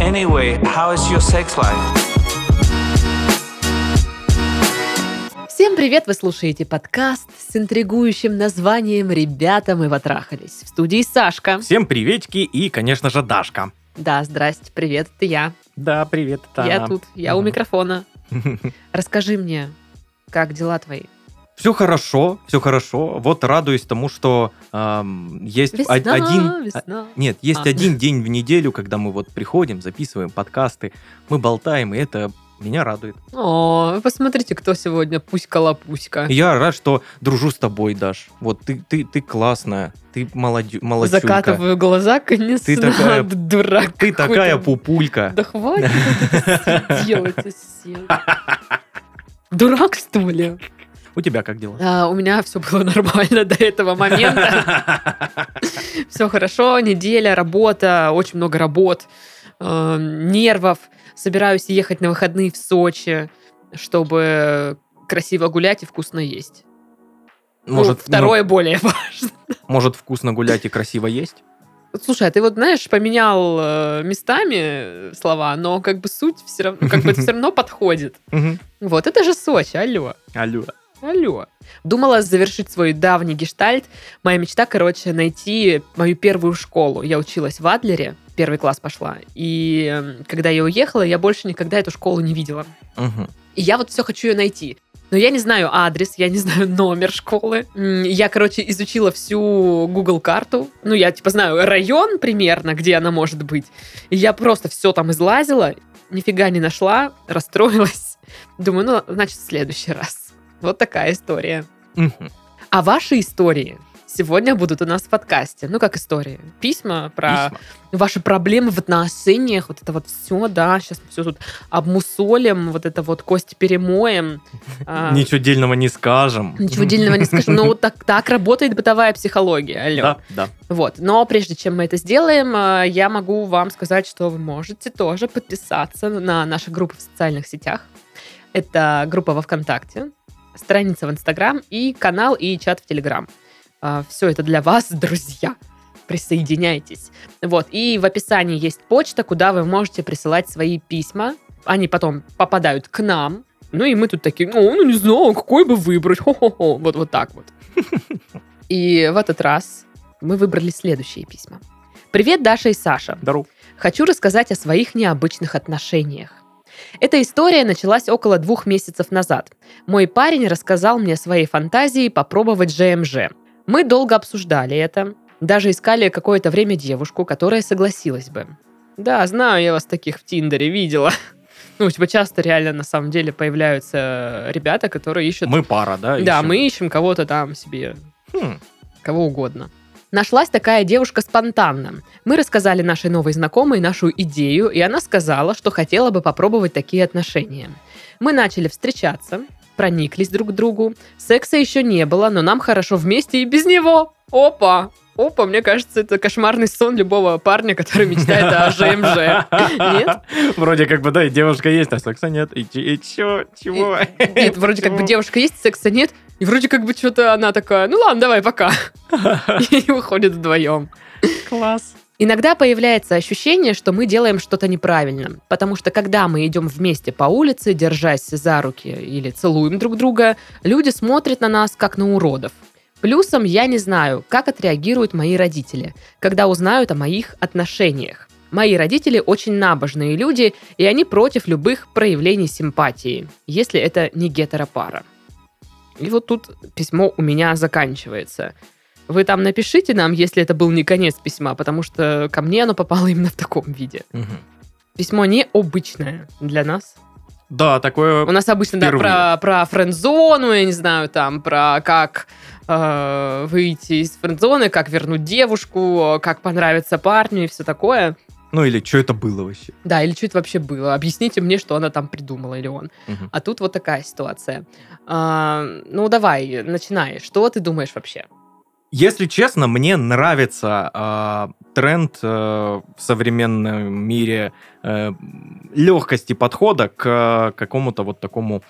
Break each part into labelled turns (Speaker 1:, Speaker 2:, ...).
Speaker 1: Anyway, how is your sex life?
Speaker 2: Всем привет! Вы слушаете подкаст с интригующим названием «Ребята, мы потрахались». В студии Сашка.
Speaker 3: Всем приветики и, конечно же, Дашка.
Speaker 2: Да, здрасте, привет, это я.
Speaker 3: Да, привет, это
Speaker 2: Я
Speaker 3: она.
Speaker 2: тут, я у микрофона. Расскажи мне, как дела твои?
Speaker 3: Все хорошо. Вот радуюсь тому, что есть
Speaker 2: Весна,
Speaker 3: один...
Speaker 2: весна.
Speaker 3: Нет, есть один день в неделю, когда мы вот приходим, записываем подкасты, мы болтаем, и это меня радует.
Speaker 2: О, посмотрите, кто сегодня пуська-лапуська.
Speaker 3: Я рад, что дружу с тобой, Даш. Вот ты классная, ты молодчулька.
Speaker 2: Закатываю глаза, конечно,
Speaker 3: Ты такая-
Speaker 2: дурак
Speaker 3: Ты
Speaker 2: какой-то.
Speaker 3: такая пупулька.
Speaker 2: Да хватит это делать совсем. Дурак, что ли?
Speaker 3: У тебя как дела?
Speaker 2: У меня все было нормально до этого момента. Все хорошо, неделя, работа, очень много работ, нервов. Собираюсь ехать на выходные в Сочи, чтобы красиво гулять и вкусно есть. Второе более важно.
Speaker 3: Может, вкусно гулять и красиво есть?
Speaker 2: Слушай, а ты вот, знаешь, поменял местами слова, но как бы суть все равно, как бы это все равно подходит. Вот, это же Сочи, алло. Алло. Думала завершить свой давний гештальт. Моя мечта, найти мою первую школу. Я училась в Адлере, 1 класс пошла. И когда я уехала, я больше никогда эту школу не видела. И я вот все хочу ее найти. Но я не знаю адрес, я не знаю номер школы. Я, изучила всю Google карту. Я, знаю район примерно, где она может быть. И я просто все там излазила, нифига не нашла, расстроилась. Думаю, значит, в следующий раз. Вот такая история. А ваши истории сегодня будут у нас в подкасте. Как истории? Письма про ваши проблемы в отношениях. Вот это вот все, да. Сейчас мы все тут обмусолим, вот это вот кости перемоем.
Speaker 3: Ничего дельного не скажем.
Speaker 2: Ничего дельного не скажем. Но вот так работает бытовая психология. Алло.
Speaker 3: Да.
Speaker 2: Вот. Но прежде чем мы это сделаем, я могу вам сказать, что вы можете тоже подписаться на наши группы в социальных сетях. Это группа во ВКонтакте, страница в Инстаграм и канал и чат в Телеграм. Все это для вас, друзья. Присоединяйтесь. Вот. И в описании есть почта, куда вы можете присылать свои письма. Они потом попадают к нам. И мы тут такие, не знаю, какой бы выбрать. Хо-хо-хо. Вот так вот. И в этот раз мы выбрали следующие письма. Привет, Даша и Саша.
Speaker 3: Здорово.
Speaker 2: Хочу рассказать о своих необычных отношениях. Эта история началась около 2 месяцев назад. Мой парень рассказал мне своей фантазии попробовать ЖМЖ. Мы долго обсуждали это, даже искали какое-то время девушку, которая согласилась бы. Да, знаю, я вас таких в Тиндере видела. Часто реально на самом деле появляются ребята, которые ищут...
Speaker 3: Мы пара, да?
Speaker 2: Да, мы ищем кого-то там себе, кого угодно. Нашлась такая девушка спонтанно. Мы рассказали нашей новой знакомой нашу идею, и она сказала, что хотела бы попробовать такие отношения. Мы начали встречаться, прониклись друг к другу. Секса еще не было, но нам хорошо вместе и без него. Опа, мне кажется, это кошмарный сон любого парня, который мечтает о ЖМЖ. Нет?
Speaker 3: Вроде как бы, да, и девушка есть, а секса нет. И чего?
Speaker 2: Нет, вроде как бы девушка есть, секса нет. И вроде как бы что-то она такая, ладно, давай, пока. И уходит вдвоем.
Speaker 3: Класс.
Speaker 2: Иногда появляется ощущение, что мы делаем что-то неправильно, потому что когда мы идем вместе по улице, держась за руки или целуем друг друга, люди смотрят на нас как на уродов. Плюсом я не знаю, как отреагируют мои родители, когда узнают о моих отношениях. Мои родители очень набожные люди, и они против любых проявлений симпатии, если это не гетеропара. И вот тут письмо у меня заканчивается. Вы там напишите нам, если это был не конец письма, потому что ко мне оно попало именно в таком виде. Письмо необычное для нас.
Speaker 3: Да, такое.
Speaker 2: У нас обычно про френдзону, я не знаю, там про как выйти из френдзоны, как вернуть девушку, как понравиться парню и все такое.
Speaker 3: Или что это было вообще?
Speaker 2: Да, или что это вообще было. Объясните мне, что она там придумала, или он. А тут вот такая ситуация. Давай, начинай. Что ты думаешь вообще?
Speaker 3: Если честно, мне нравится тренд в современном мире легкости подхода к какому-то вот такому...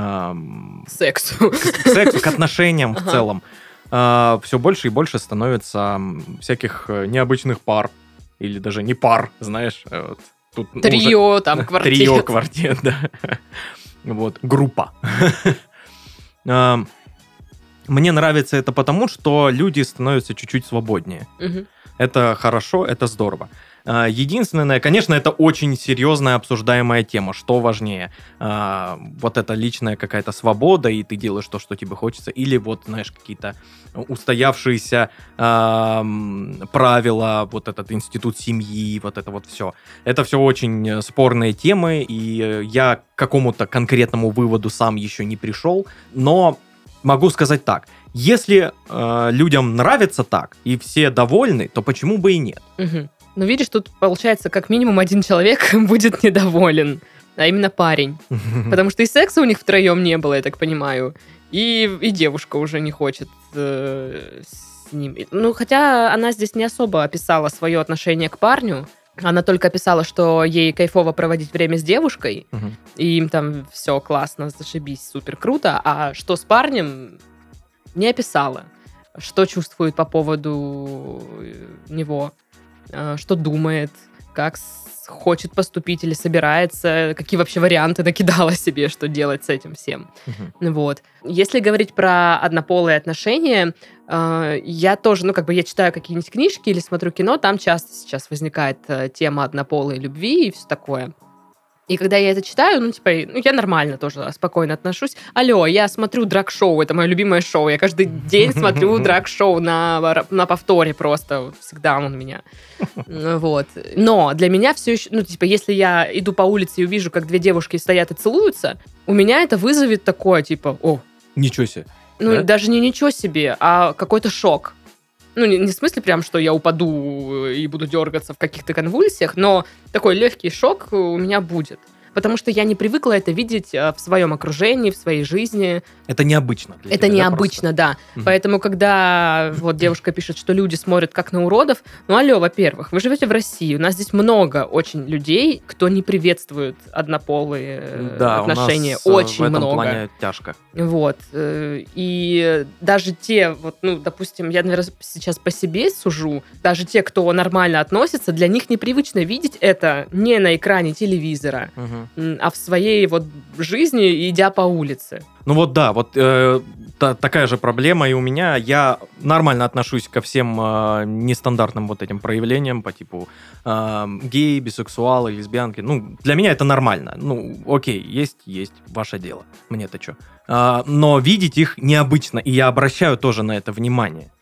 Speaker 2: Сексу.
Speaker 3: К отношениям в целом. Все больше и больше становится всяких необычных пар. Или даже не пар, знаешь. Тут
Speaker 2: Трио,
Speaker 3: уже...
Speaker 2: там, квартет.
Speaker 3: Трио, квартет, да. Вот, группа. Мне нравится это потому, что люди становятся чуть-чуть свободнее.
Speaker 2: Угу.
Speaker 3: Это хорошо, это здорово. Единственное, конечно, это очень серьезная обсуждаемая тема. Что важнее? Вот эта личная какая-то свобода, и ты делаешь то, что тебе хочется, или вот, знаешь, какие-то устоявшиеся правила, вот этот институт семьи, вот это вот все. Это все очень спорные темы, и я к какому-то конкретному выводу сам еще не пришел, но могу сказать так. Если людям нравится так, и все довольны, то почему бы и нет?
Speaker 2: Угу. Ну, видишь, тут, получается, как минимум один человек будет недоволен, а именно парень. Потому что и секса у них втроем не было, я так понимаю, и девушка уже не хочет с ним. Ну, хотя она здесь не особо описала свое отношение к парню, она только описала, что ей кайфово проводить время с девушкой, и им там все классно, зашибись, супер круто, а что с парнем, не описала. Что чувствует по поводу него, что думает, как хочет поступить или собирается, какие вообще варианты накидала себе, что делать с этим всем. Вот. Если говорить про однополые отношения, я тоже, я читаю какие-нибудь книжки или смотрю кино, там часто сейчас возникает тема однополой любви и все такое. И когда я это читаю, я нормально тоже спокойно отношусь. Алло, я смотрю драг-шоу, это мое любимое шоу. Я каждый день смотрю драг-шоу на повторе просто. Всегда он у меня. Вот. Но для меня все еще... если я иду по улице и увижу, как две девушки стоят и целуются, у меня это вызовет такое, о...
Speaker 3: Ничего себе.
Speaker 2: Да? Даже не ничего себе, а какой-то шок. Не в смысле прям, что я упаду и буду дергаться в каких-то конвульсиях, но такой легкий шок у меня будет. Потому что я не привыкла это видеть в своем окружении, в своей жизни.
Speaker 3: Это необычно.
Speaker 2: Это необычно, да. Поэтому, когда девушка пишет, что люди смотрят как на уродов, алло, во-первых, вы живете в России, у нас здесь много очень людей, кто не приветствует однополые отношения. Очень
Speaker 3: в этом
Speaker 2: много.
Speaker 3: плане тяжко.
Speaker 2: Вот. И даже те, допустим, я, наверное, сейчас по себе сужу, даже те, кто нормально относится, для них непривычно видеть это не на экране телевизора, а в своей жизни, идя по улице.
Speaker 3: Такая же проблема и у меня. Я нормально отношусь ко всем нестандартным этим проявлениям по типу геи, бисексуалы, лесбиянки. Для меня это нормально. Окей, есть ваше дело. Мне-то что? Но видеть их необычно, и я обращаю тоже на это внимание.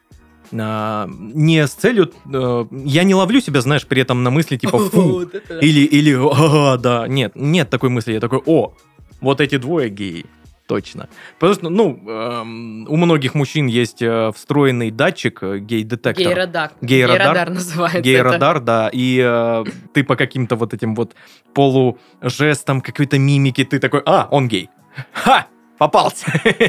Speaker 3: Не с целью... Я не ловлю себя, знаешь, при этом на мысли типа «фу» или да. Нет такой мысли. Я такой вот эти двое геи. Точно. Потому что, у многих мужчин есть встроенный датчик, гей-детектор.
Speaker 2: Гей-радар называется.
Speaker 3: Гей-радар, да. И ты по каким-то этим полужестам, какой-то мимике, ты такой, он гей. Ха! Попался.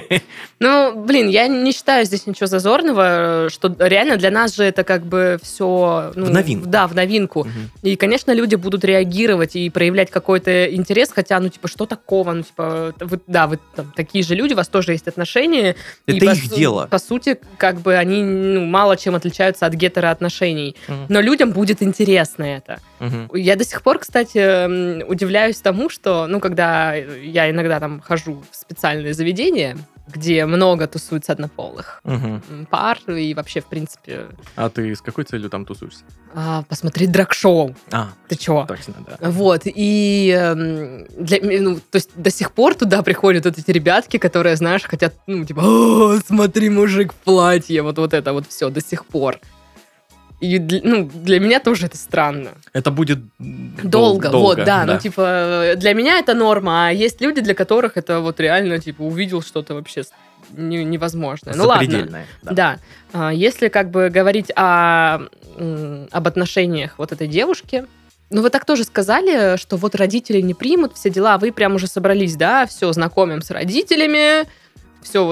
Speaker 2: Я не считаю здесь ничего зазорного, что реально для нас же это все...
Speaker 3: в новинку.
Speaker 2: Да, в новинку. Угу. И, конечно, люди будут реагировать и проявлять какой-то интерес, хотя, что такого? Вы там, такие же люди, у вас тоже есть отношения.
Speaker 3: Это их дело.
Speaker 2: По сути, они мало чем отличаются от гетероотношений. Угу. Но людям будет интересно это. Угу. Я до сих пор, кстати, удивляюсь тому, что, когда я иногда там хожу в специальные заведения, где много тусуется однополых пар и вообще, в принципе...
Speaker 3: А ты с какой целью там тусуешься?
Speaker 2: Посмотреть драг-шоу. Ты чё?
Speaker 3: Точно, да.
Speaker 2: И то есть до сих пор туда приходят эти ребятки, которые, знаешь, хотят, смотри, мужик в платье, вот это все до сих пор. И для меня тоже это странно.
Speaker 3: Это будет
Speaker 2: долго. Да. Для меня это норма, а есть люди, для которых это реально, увидел что-то вообще невозможное.
Speaker 3: Запредельное.
Speaker 2: Да. Если говорить об отношениях этой девушки, вы так тоже сказали, что родители не примут, все дела, вы прям уже собрались, да, все, знакомим с родителями, все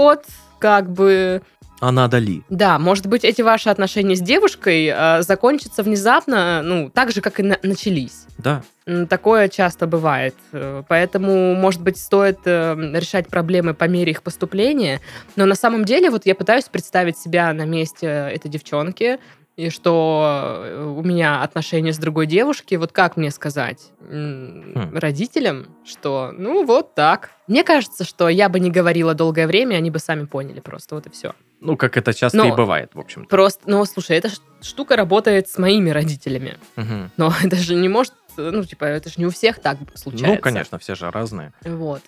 Speaker 3: А надо ли?
Speaker 2: Да, может быть, эти ваши отношения с девушкой закончатся внезапно, так же, как и начались.
Speaker 3: Да.
Speaker 2: Такое часто бывает. Поэтому, может быть, стоит решать проблемы по мере их поступления. Но на самом деле, я пытаюсь представить себя на месте этой девчонки, и что у меня отношения с другой девушкой. Вот как мне сказать родителям, что ну вот так. Мне кажется, что я бы не говорила долгое время, они бы сами поняли просто, вот и все.
Speaker 3: Ну, как это часто и бывает, в общем-то.
Speaker 2: Просто, ну, слушай, эта штука работает с моими родителями.
Speaker 3: Угу.
Speaker 2: Но это же не может, ну, типа, это же не у всех так случается.
Speaker 3: Ну, конечно, все же разные.
Speaker 2: Вот.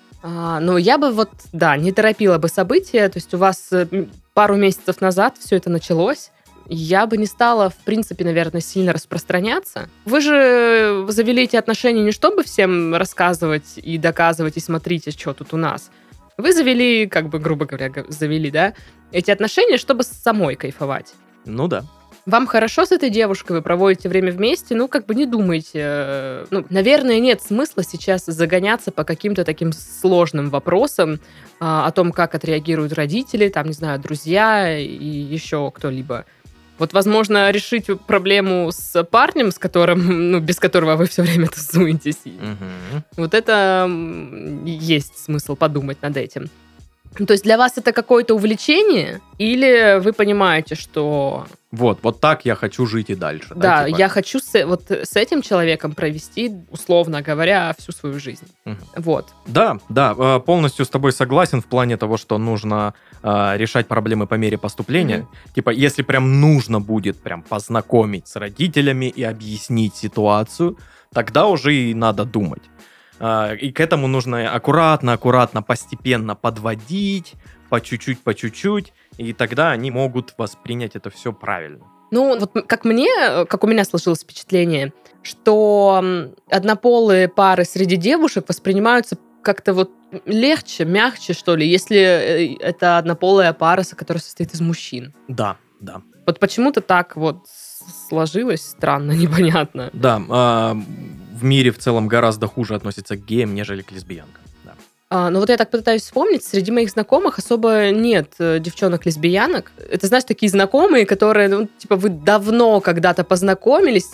Speaker 2: Но я бы вот, да, не торопила бы события. То есть у вас пару месяцев назад все это началось. Я бы не стала, в принципе, наверное, сильно распространяться. Вы же завели эти отношения не чтобы всем рассказывать и доказывать, и смотрите, что тут у нас. Вы завели, как бы, грубо говоря, да, эти отношения, чтобы самой кайфовать.
Speaker 3: Ну да.
Speaker 2: Вам хорошо с этой девушкой, вы проводите время вместе, ну, как бы не думайте. Ну, наверное, нет смысла сейчас загоняться по каким-то таким сложным вопросам о том, как отреагируют родители, там, не знаю, друзья и еще кто-либо. Вот, возможно, решить проблему с парнем, с которым, ну, без которого вы все время тусуетесь.
Speaker 3: Угу.
Speaker 2: Вот это есть смысл подумать над этим. То есть для вас это какое-то увлечение? Или вы понимаете, что...
Speaker 3: Вот так я хочу жить и дальше.
Speaker 2: Да,
Speaker 3: типа?
Speaker 2: Я хочу с этим человеком провести, условно говоря, всю свою жизнь.
Speaker 3: Угу.
Speaker 2: Вот.
Speaker 3: Да, полностью с тобой согласен в плане того, что нужно решать проблемы по мере поступления. Типа, если прям нужно будет прям познакомить с родителями и объяснить ситуацию, тогда уже и надо думать. И к этому нужно аккуратно, постепенно подводить, по чуть-чуть, и тогда они могут воспринять это все правильно.
Speaker 2: Ну, вот как у меня сложилось впечатление, что однополые пары среди девушек воспринимаются как-то вот легче, мягче, что ли, если это однополая пара, которая состоит из мужчин.
Speaker 3: Да.
Speaker 2: Вот почему-то так вот сложилось странно, непонятно.
Speaker 3: Да, в мире в целом гораздо хуже относятся к геям, нежели к лесбиянкам. Да.
Speaker 2: Ну вот я так пытаюсь вспомнить, среди моих знакомых особо нет девчонок-лесбиянок. Это, знаешь, такие знакомые, которые, ну, типа, вы давно когда-то познакомились,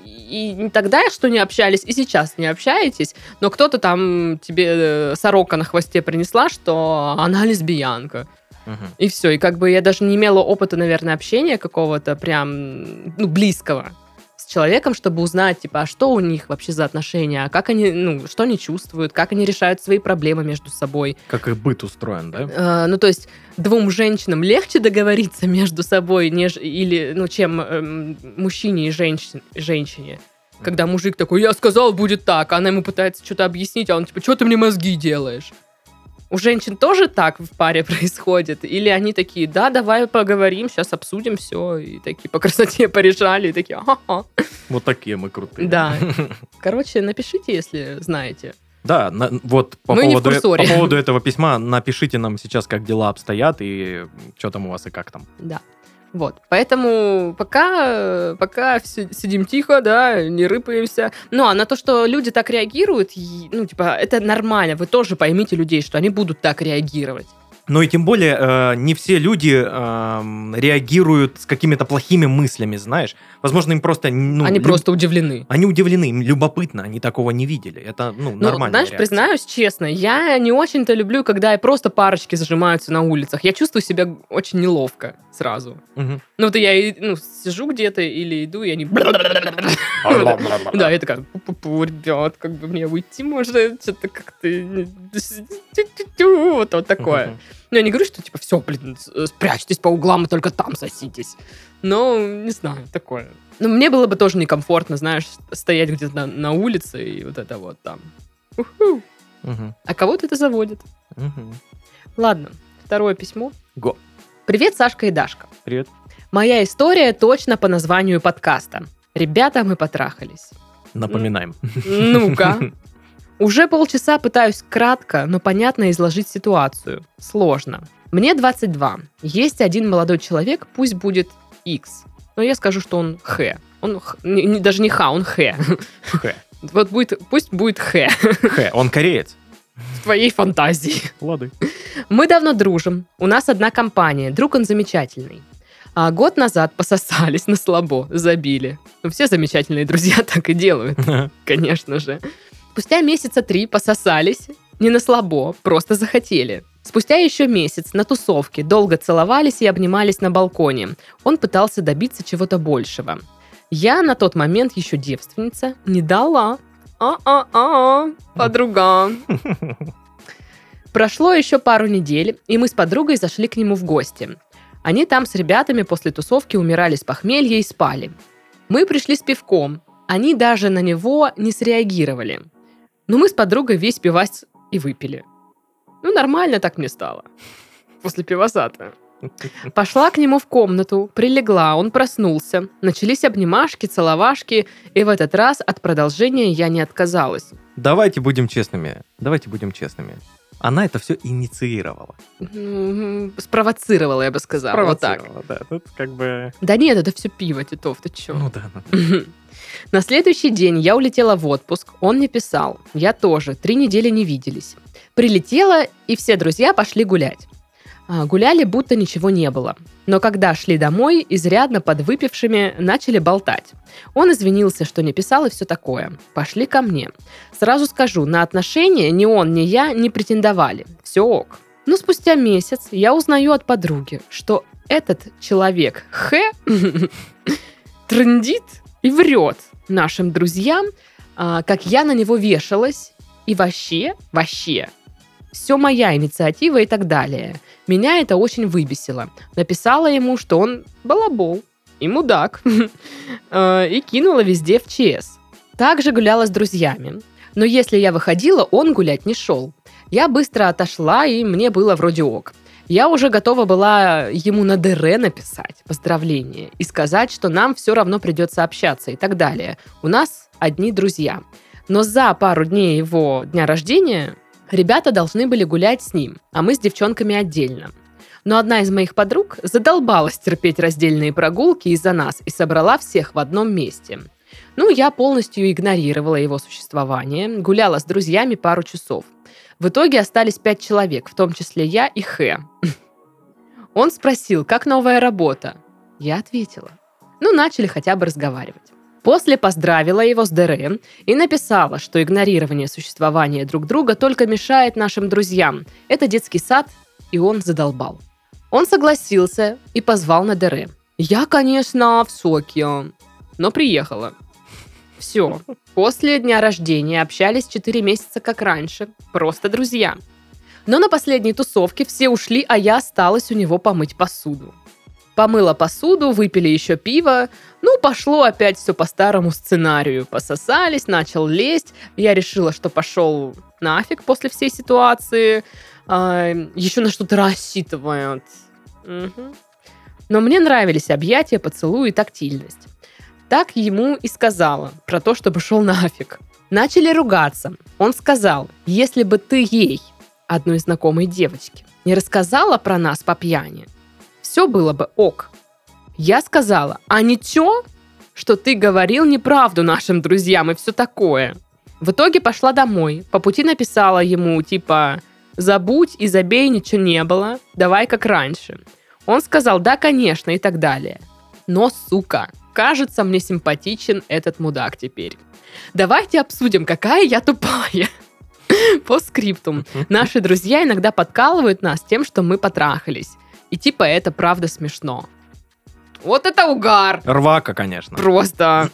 Speaker 2: и тогда что не общались, и сейчас не общаетесь, но кто-то там тебе сорока на хвосте принесла, что она лесбиянка. И все. И как бы я даже не имела опыта, наверное, общения какого-то прям, ну, близкого с человеком, чтобы узнать, типа, а что у них вообще за отношения, а как они, ну, что они чувствуют, как они решают свои проблемы между собой.
Speaker 3: Как их быт устроен, да?
Speaker 2: Ну, то есть двум женщинам легче договориться между собой, чем мужчине и женщине. Когда мужик такой, я сказал, будет так, а она ему пытается что-то объяснить, а он типа, что ты мне мозги делаешь? У женщин тоже так в паре происходит? Или они такие, да, давай поговорим, сейчас обсудим все, и такие по красоте порешали, и такие, ага.
Speaker 3: Вот такие мы крутые.
Speaker 2: Да. Короче, напишите, если знаете.
Speaker 3: Да, вот по поводу этого письма напишите нам сейчас, как дела обстоят, и что там у вас и как там.
Speaker 2: Да. Вот, поэтому пока сидим тихо, да, не рыпаемся. Ну, а на то, что люди так реагируют, ну, типа, это нормально. Вы тоже поймите людей, что они будут так реагировать.
Speaker 3: Ну и тем более не все люди реагируют с какими-то плохими мыслями, знаешь. Возможно, им просто...
Speaker 2: Они просто удивлены.
Speaker 3: Они удивлены, им любопытно, они такого не видели. Это, нормально.
Speaker 2: Знаешь, реакция. Признаюсь честно, я не очень-то люблю, когда просто парочки зажимаются на улицах. Я чувствую себя очень неловко сразу.
Speaker 3: Угу.
Speaker 2: Ну, вот я сижу где-то или иду, и они... Да, я такая, ребят, как бы мне уйти можно, что-то как-то... Вот такое. Ну, я не говорю, что, типа, все, блин, спрячьтесь по углам и только там соситесь. Но, не знаю, такое. Ну, мне было бы тоже некомфортно, знаешь, стоять где-то на улице и вот это вот там. Уху. А кого-то это заводит. Ладно, второе письмо.
Speaker 3: Го.
Speaker 2: Привет, Сашка и Дашка.
Speaker 3: Привет.
Speaker 2: Моя история точно по названию подкаста. Ребята, мы потрахались.
Speaker 3: Напоминаем.
Speaker 2: Ну-ка. Уже полчаса пытаюсь кратко, но понятно изложить ситуацию. Сложно. Мне 22. Есть один молодой человек, пусть будет X. Но я скажу, что он Х. Он даже не Х, он Х.
Speaker 3: Х.
Speaker 2: Вот пусть будет Х.
Speaker 3: Х. Он кореец.
Speaker 2: В твоей фантазии.
Speaker 3: Лады.
Speaker 2: Мы давно дружим. У нас одна компания. Друг он замечательный. А год назад пососались на слабо, забили. Ну, все замечательные друзья так и делают, конечно же. Спустя месяца 3 пососались, не на слабо, просто захотели. Спустя еще месяц на тусовке долго целовались и обнимались на балконе. Он пытался добиться чего-то большего. Я на тот момент еще девственница, не дала. Подруга. Прошло еще пару недель, и мы с подругой зашли к нему в гости. Они там с ребятами после тусовки умирали с похмелья и спали. Мы пришли с пивком. Они даже на него не среагировали. Но мы с подругой весь пивас и выпили. Нормально так мне стало. После пиваса-то. Пошла к нему в комнату, прилегла, он проснулся. Начались обнимашки, целовашки, и в этот раз от продолжения я не отказалась.
Speaker 3: Давайте будем честными. Она это все инициировала.
Speaker 2: Спровоцировала, я бы сказала. Вот так.
Speaker 3: Да, тут как бы...
Speaker 2: Да нет, это все пиво, Титов, ты чё?
Speaker 3: Ну да.
Speaker 2: На следующий день я улетела в отпуск, он не писал. Я тоже, 3 недели не виделись. Прилетела, и все друзья пошли гулять. Гуляли, будто ничего не было. Но когда шли домой, изрядно подвыпившими начали болтать. Он извинился, что не писал и все такое. Пошли ко мне. Сразу скажу, на отношения ни он, ни я не претендовали. Все ок. Но спустя месяц я узнаю от подруги, что этот человек трындит и врет нашим друзьям, как я на него вешалась. И вообще, все моя инициатива и так далее. Меня это очень выбесило. Написала ему, что он балабол и мудак. И кинула везде в ЧС. Также гуляла с друзьями. Но если я выходила, он гулять не шел. Я быстро отошла, и мне было вроде ок. Я уже готова была ему на ДР написать поздравления и сказать, что нам все равно придется общаться и так далее. У нас одни друзья. Но за пару дней его дня рождения ребята должны были гулять с ним, а мы с девчонками отдельно. Но одна из моих подруг задолбалась терпеть раздельные прогулки из-за нас и собрала всех в одном месте. Я полностью игнорировала его существование, гуляла с друзьями пару часов. В итоге остались 5 человек, в том числе я и Он спросил, как новая работа. Я ответила. Начали хотя бы разговаривать. После поздравила его с ДР и написала, что игнорирование существования друг друга только мешает нашим друзьям. Это детский сад, и он задолбал. Он согласился и позвал на ДР. Я, конечно, в шоке, но приехала. Все. После дня рождения общались 4 месяца как раньше. Просто друзья. Но на последней тусовке все ушли, а я осталась у него помыть посуду. Помыла посуду, выпили еще пиво. Пошло опять все по старому сценарию. Пососались, начал лезть. Я решила, что пошел нафиг после всей ситуации. Еще на что-то рассчитывают. Но мне нравились объятия, поцелуи и тактильность. Так ему и сказала про то, чтобы шел нафиг. Начали ругаться. Он сказал, если бы ты ей, одной знакомой девочке, не рассказала про нас по пьяни, все было бы ок. Я сказала, а ничего, что ты говорил неправду нашим друзьям и все такое. В итоге пошла домой. По пути написала ему, забудь и забей, ничего не было, давай как раньше. Он сказал, да, конечно, и так далее. Но, сука, кажется, мне симпатичен этот мудак теперь. Давайте обсудим, какая я тупая. По скриптум. Наши друзья иногда подкалывают нас тем, что мы потрахались. И это правда смешно. Вот это угар!
Speaker 3: Рвака, конечно.
Speaker 2: Просто.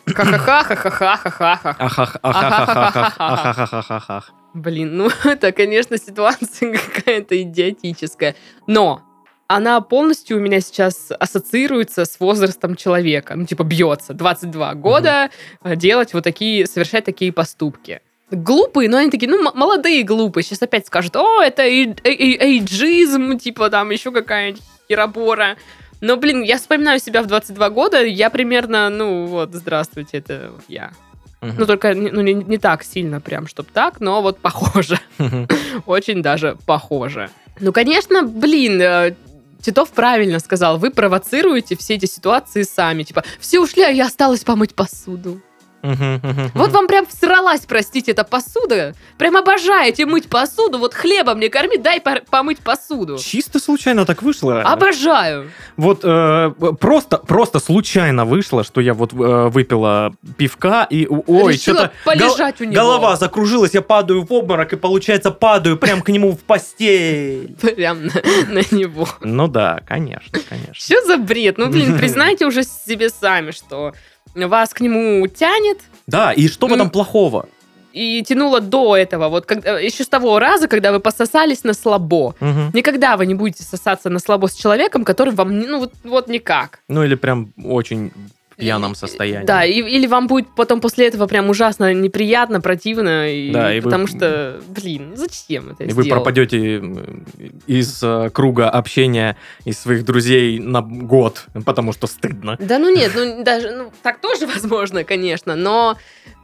Speaker 3: Ха-ха-ха-ха-ха-ха-ха-ха-ха-ха-ха-ха-ха-ха.
Speaker 2: Блин, это, конечно, ситуация какая-то идиотическая. Но она полностью у меня сейчас ассоциируется с возрастом человека. Бьется. 22 года делать совершать такие поступки. Глупые, но они такие, молодые глупые. Сейчас опять скажут, это эйджизм, еще какая-нибудь херобора. Но, я вспоминаю себя в 22 года, я примерно, здравствуйте, это я. Только не так сильно прям, чтоб так, но похоже. Очень даже похоже. Конечно, Титов правильно сказал, вы провоцируете все эти ситуации сами. Все ушли, а я осталась помыть посуду. Вот вам прям всралась, простите, эта посуда. Прям обожаете мыть посуду. Вот хлебом не корми, дай помыть посуду.
Speaker 3: Чисто случайно так вышло.
Speaker 2: Обожаю.
Speaker 3: Вот просто случайно вышло, что я вот выпила пивка и ой, что-то
Speaker 2: полежать у него.
Speaker 3: Голова закружилась, я падаю в обморок и, получается, падаю прям к нему в постель.
Speaker 2: Прям на него.
Speaker 3: Ну да, конечно.
Speaker 2: Что за бред? Ну, блин, признайте уже себе сами, что вас к нему тянет.
Speaker 3: Да, и что в этом плохого?
Speaker 2: И тянуло до этого, вот еще с того раза, когда вы пососались на слабо. Никогда вы не будете сосаться на слабо с человеком, который вам, ну, вот никак.
Speaker 3: Ну, или прям очень в пьяном состоянии.
Speaker 2: Да, или вам будет потом после этого прям ужасно неприятно, противно, потому что, блин, зачем это сделать?
Speaker 3: Вы пропадете из круга общения, из своих друзей на год, потому что стыдно.
Speaker 2: Да, ну нет, даже так тоже возможно, конечно, но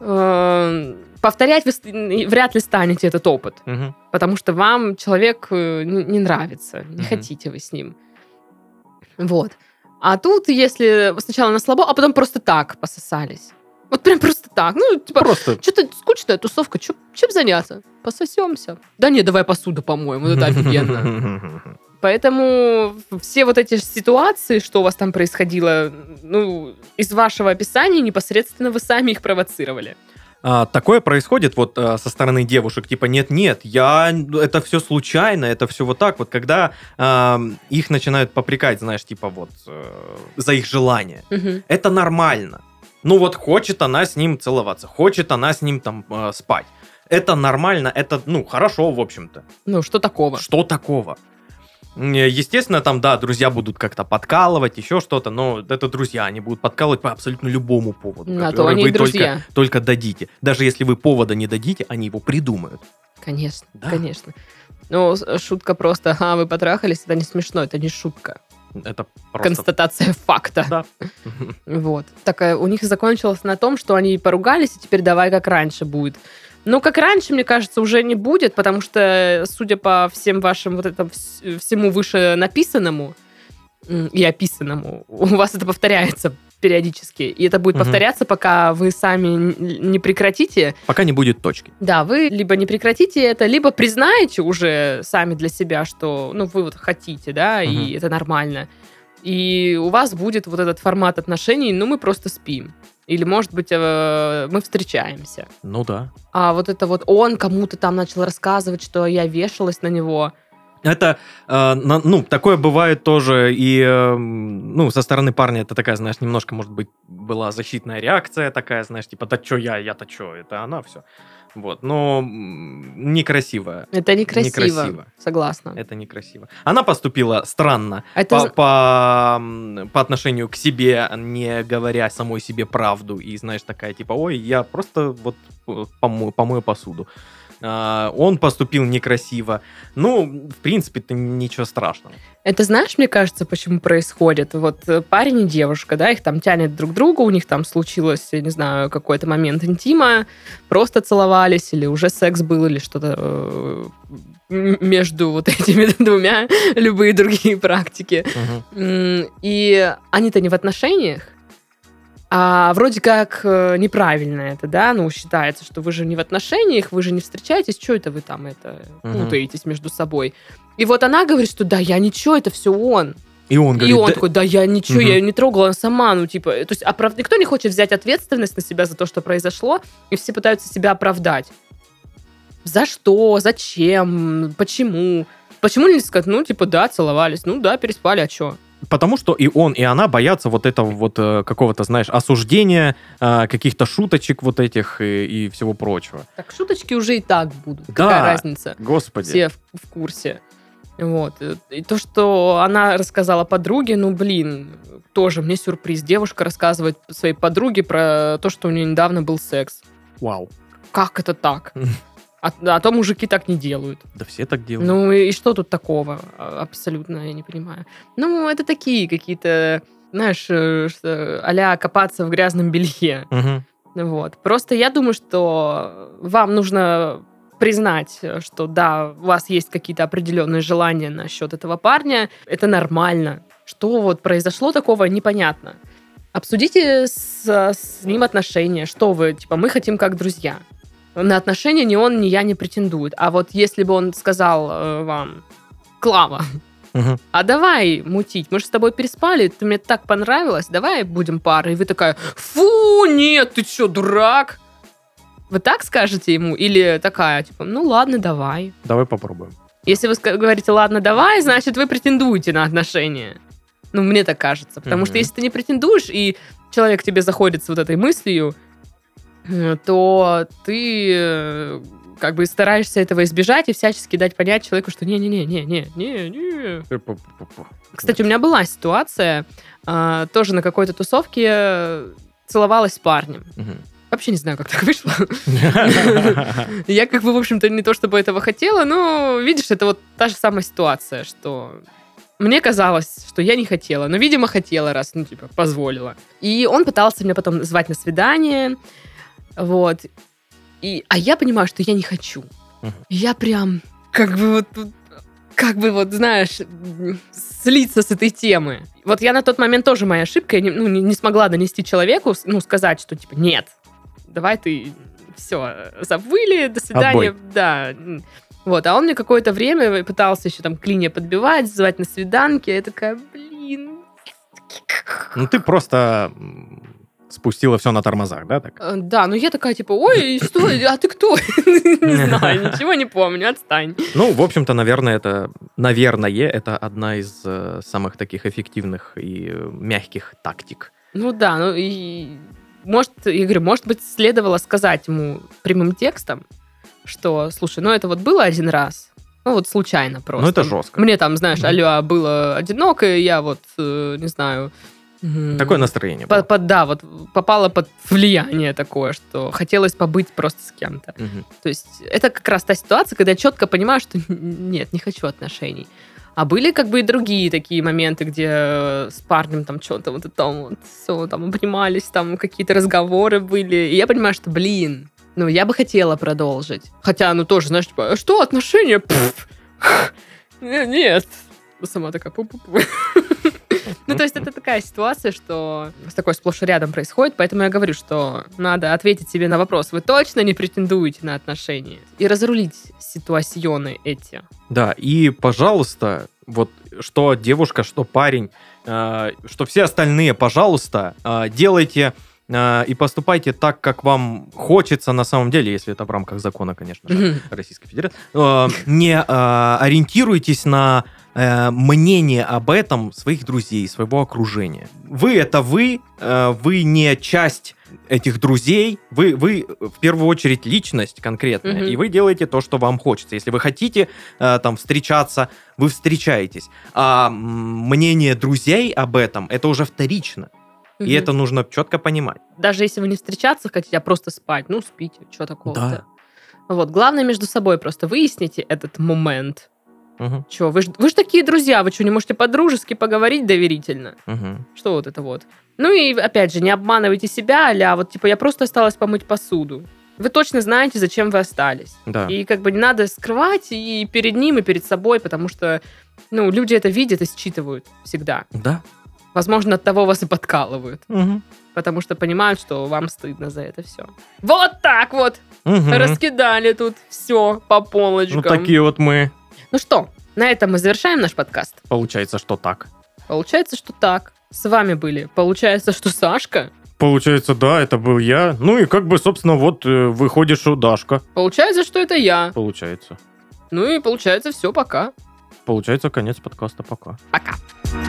Speaker 2: повторять вы вряд ли станете этот опыт, потому что вам человек не нравится, не хотите вы с ним. Вот. А тут, если сначала на слабо, а потом просто так пососались. Вот прям просто так. Ну, типа, что-то скучная тусовка, чем заняться? Пососемся. Да не, давай посуду помоем, вот это офигенно. Поэтому все вот эти ситуации, что у вас там происходило, ну, из вашего описания непосредственно вы сами их провоцировали.
Speaker 3: Такое происходит вот со стороны девушек, типа нет, это все случайно, это все вот так вот, когда их начинают попрекать, знаешь, типа вот за их желание. Это нормально. Ну вот хочет она с ним целоваться, хочет она с ним там спать. Это нормально, это, ну, хорошо, в общем-то.
Speaker 2: Ну, что такого?
Speaker 3: Что такого? Естественно, там, да, друзья будут как-то подкалывать, еще что-то, но это друзья, они будут подкалывать по абсолютно любому поводу, который
Speaker 2: они
Speaker 3: вы
Speaker 2: друзья.
Speaker 3: только дадите. Даже если вы повода не дадите, они его придумают.
Speaker 2: Конечно,
Speaker 3: да.
Speaker 2: Конечно. Ну, шутка просто, вы потрахались, это не смешно, это не шутка.
Speaker 3: Это просто...
Speaker 2: Констатация факта.
Speaker 3: Да.
Speaker 2: Вот. Так, у них закончилось на том, что они поругались, и теперь давай как раньше будет. Но как раньше, мне кажется, уже не будет, потому что, судя по всем вашим вот этому всему выше написанному и описанному, у вас это повторяется периодически. И это будет повторяться, пока вы сами не прекратите.
Speaker 3: Пока не будет точки.
Speaker 2: Да, вы либо не прекратите это, либо признаете уже сами для себя, что, ну, вы вот хотите, да, и это нормально. И у вас будет вот этот формат отношений, ну, мы просто спим. Или, может быть, мы встречаемся.
Speaker 3: Ну да.
Speaker 2: А вот это вот он кому-то там начал рассказывать, что я вешалась на него.
Speaker 3: Это, ну, такое бывает тоже и, ну, со стороны парня это такая, знаешь, немножко, может быть, была защитная реакция такая, знаешь, типа, да чё я-то чё, это она все. Вот, но некрасиво.
Speaker 2: Это некрасиво. Согласна.
Speaker 3: Это некрасиво. Она поступила странно
Speaker 2: это...
Speaker 3: по отношению к себе, не говоря самой себе правду. И, знаешь, такая, типа, ой, я просто вот помою посуду. Он поступил некрасиво. Ну, в принципе-то ничего страшного.
Speaker 2: Это знаешь, мне кажется, почему происходит? Вот парень и девушка, да, их там тянет друг к другу, у них там случилось, я не знаю, какой-то момент интима, просто целовались, или уже секс был, или что-то между вот этими двумя, любые другие практики. И они-то не в отношениях, а вроде как неправильно это, да, ну, считается, что вы же не в отношениях, вы же не встречаетесь, что это вы там путаетесь между собой. И вот она говорит, что да, я ничего, это все он.
Speaker 3: И он говорит,
Speaker 2: и он такой, да я ничего, я ее не трогала, она сама, ну, типа, то есть никто не хочет взять ответственность на себя за то, что произошло, и все пытаются себя оправдать. За что, зачем, почему? Почему нельзя сказать, ну, типа, да, целовались, ну, да, переспали, а что?
Speaker 3: Потому что и он, и она боятся вот этого вот какого-то, знаешь, осуждения, каких-то шуточек вот этих и всего прочего.
Speaker 2: Так шуточки уже и так будут.
Speaker 3: Да,
Speaker 2: какая разница?
Speaker 3: Господи.
Speaker 2: Все в курсе. Вот. И то, что она рассказала подруге, ну, блин, тоже мне сюрприз. Девушка рассказывает своей подруге про то, что у нее недавно был секс.
Speaker 3: Вау.
Speaker 2: Как это так? А то мужики так не делают.
Speaker 3: Да все так делают.
Speaker 2: Ну и что тут такого? Абсолютно я не понимаю. Ну, это такие какие-то, знаешь, а-ля копаться в грязном белье. Вот. Просто я думаю, что вам нужно признать, что да, у вас есть какие-то определенные желания насчет этого парня. Это нормально. Что вот произошло такого, непонятно. Обсудите с ним отношения. Что вы, типа, мы хотим как друзья. На отношения ни он, ни я не претендуют. А вот если бы он сказал вам: Клава, а давай мутить, мы же с тобой переспали, ты мне так понравилась, давай будем парой. И вы такая: фу, нет, ты что, дурак? Вы так скажете ему? Или такая, типа, ну ладно, давай.
Speaker 3: Давай попробуем.
Speaker 2: Если вы говорите «ладно, давай», значит, вы претендуете на отношения. Ну, мне так кажется. Потому что если ты не претендуешь, и человек тебе заходит с вот этой мыслью, то ты как бы стараешься этого избежать и всячески дать понять человеку, что не-не-не. Кстати, у меня была ситуация, тоже на какой-то тусовке целовалась с парнем. Вообще не знаю, как так вышло. Я как бы, в общем-то, не то чтобы этого хотела, но, видишь, это вот та же самая ситуация, что мне казалось, что я не хотела, но, видимо, хотела, раз, ну, типа, позволила. И он пытался меня потом звать на свидание, вот. А я понимаю, что я не хочу. Я прям, как бы вот, знаешь, слиться с этой темы. Вот я на тот момент тоже моя ошибка, я не смогла донести человеку, сказать, что, типа, нет, давай ты, все, забыли, до свидания.
Speaker 3: Отбой.
Speaker 2: Да. Вот, а он мне какое-то время пытался еще там клинья подбивать, звать на свиданки, я такая, блин.
Speaker 3: Ну, ты просто спустила все на тормозах, да? Так?
Speaker 2: Да, ну я такая, типа, ой, что, а ты кто? Не знаю, ничего не помню, отстань.
Speaker 3: Ну, в общем-то, наверное, это одна из самых таких эффективных и мягких тактик.
Speaker 2: Ну да, ну и может, я говорю, может быть, следовало сказать ему прямым текстом, что, слушай, ну это вот было один раз, ну вот случайно просто.
Speaker 3: Ну это жестко.
Speaker 2: Мне там, знаешь, было одиноко, и я вот, не знаю...
Speaker 3: Такое настроение было.
Speaker 2: Да, вот попала под влияние такое, что хотелось побыть просто с кем-то. То есть это как раз та ситуация, когда я четко понимаю, что нет, не хочу отношений. А были как бы и другие такие моменты, где с парнем там что-то вот там вот все, там обнимались, там какие-то разговоры были. И я понимаю, что, блин, ну я бы хотела продолжить. Хотя, ну тоже, знаешь, типа, что, отношения? Нет. Сама такая пу-пу-пу. Ну, то есть это такая ситуация, что с такой сплошь и рядом происходит, поэтому я говорю, что надо ответить себе на вопрос, вы точно не претендуете на отношения? И разрулить ситуационы эти.
Speaker 3: Да, и, пожалуйста, вот что девушка, что парень, что все остальные, пожалуйста, делайте и поступайте так, как вам хочется на самом деле, если это в рамках закона, конечно же, Российской Федерации. Не ориентируйтесь на мнение об этом своих друзей, своего окружения. Вы это вы не часть этих друзей, вы в первую очередь личность конкретная, и вы делаете то, что вам хочется. Если вы хотите там встречаться, вы встречаетесь. А мнение друзей об этом, это уже вторично. И это нужно четко понимать.
Speaker 2: Даже если вы не встречаться хотите, а просто спать, ну, спите, что такого-то.
Speaker 3: Да.
Speaker 2: Вот, главное между собой просто выясните этот момент.
Speaker 3: Угу.
Speaker 2: Вы ж такие друзья, вы что, не можете по-дружески поговорить доверительно? Что вот это вот? Ну и, опять же, не обманывайте себя, а вот, типа, я просто осталась помыть посуду. Вы точно знаете, зачем вы остались.
Speaker 3: Да.
Speaker 2: И как бы не надо скрывать и перед ним, и перед собой, потому что, ну, люди это видят и считывают всегда.
Speaker 3: Да.
Speaker 2: Возможно, от того вас и подкалывают. Потому что понимают, что вам стыдно за это все. Вот так вот! Раскидали тут все по полочкам.
Speaker 3: Ну, такие вот мы.
Speaker 2: Ну что, на этом мы завершаем наш подкаст.
Speaker 3: Получается, что так.
Speaker 2: Получается, что так. С вами были, получается, что Сашка.
Speaker 3: Получается, да, это был я. Ну и как бы, собственно, вот выходит, что Дашка.
Speaker 2: Получается, что это я.
Speaker 3: Получается.
Speaker 2: Ну и получается, все, пока.
Speaker 3: Получается, конец подкаста. Пока.
Speaker 2: Пока.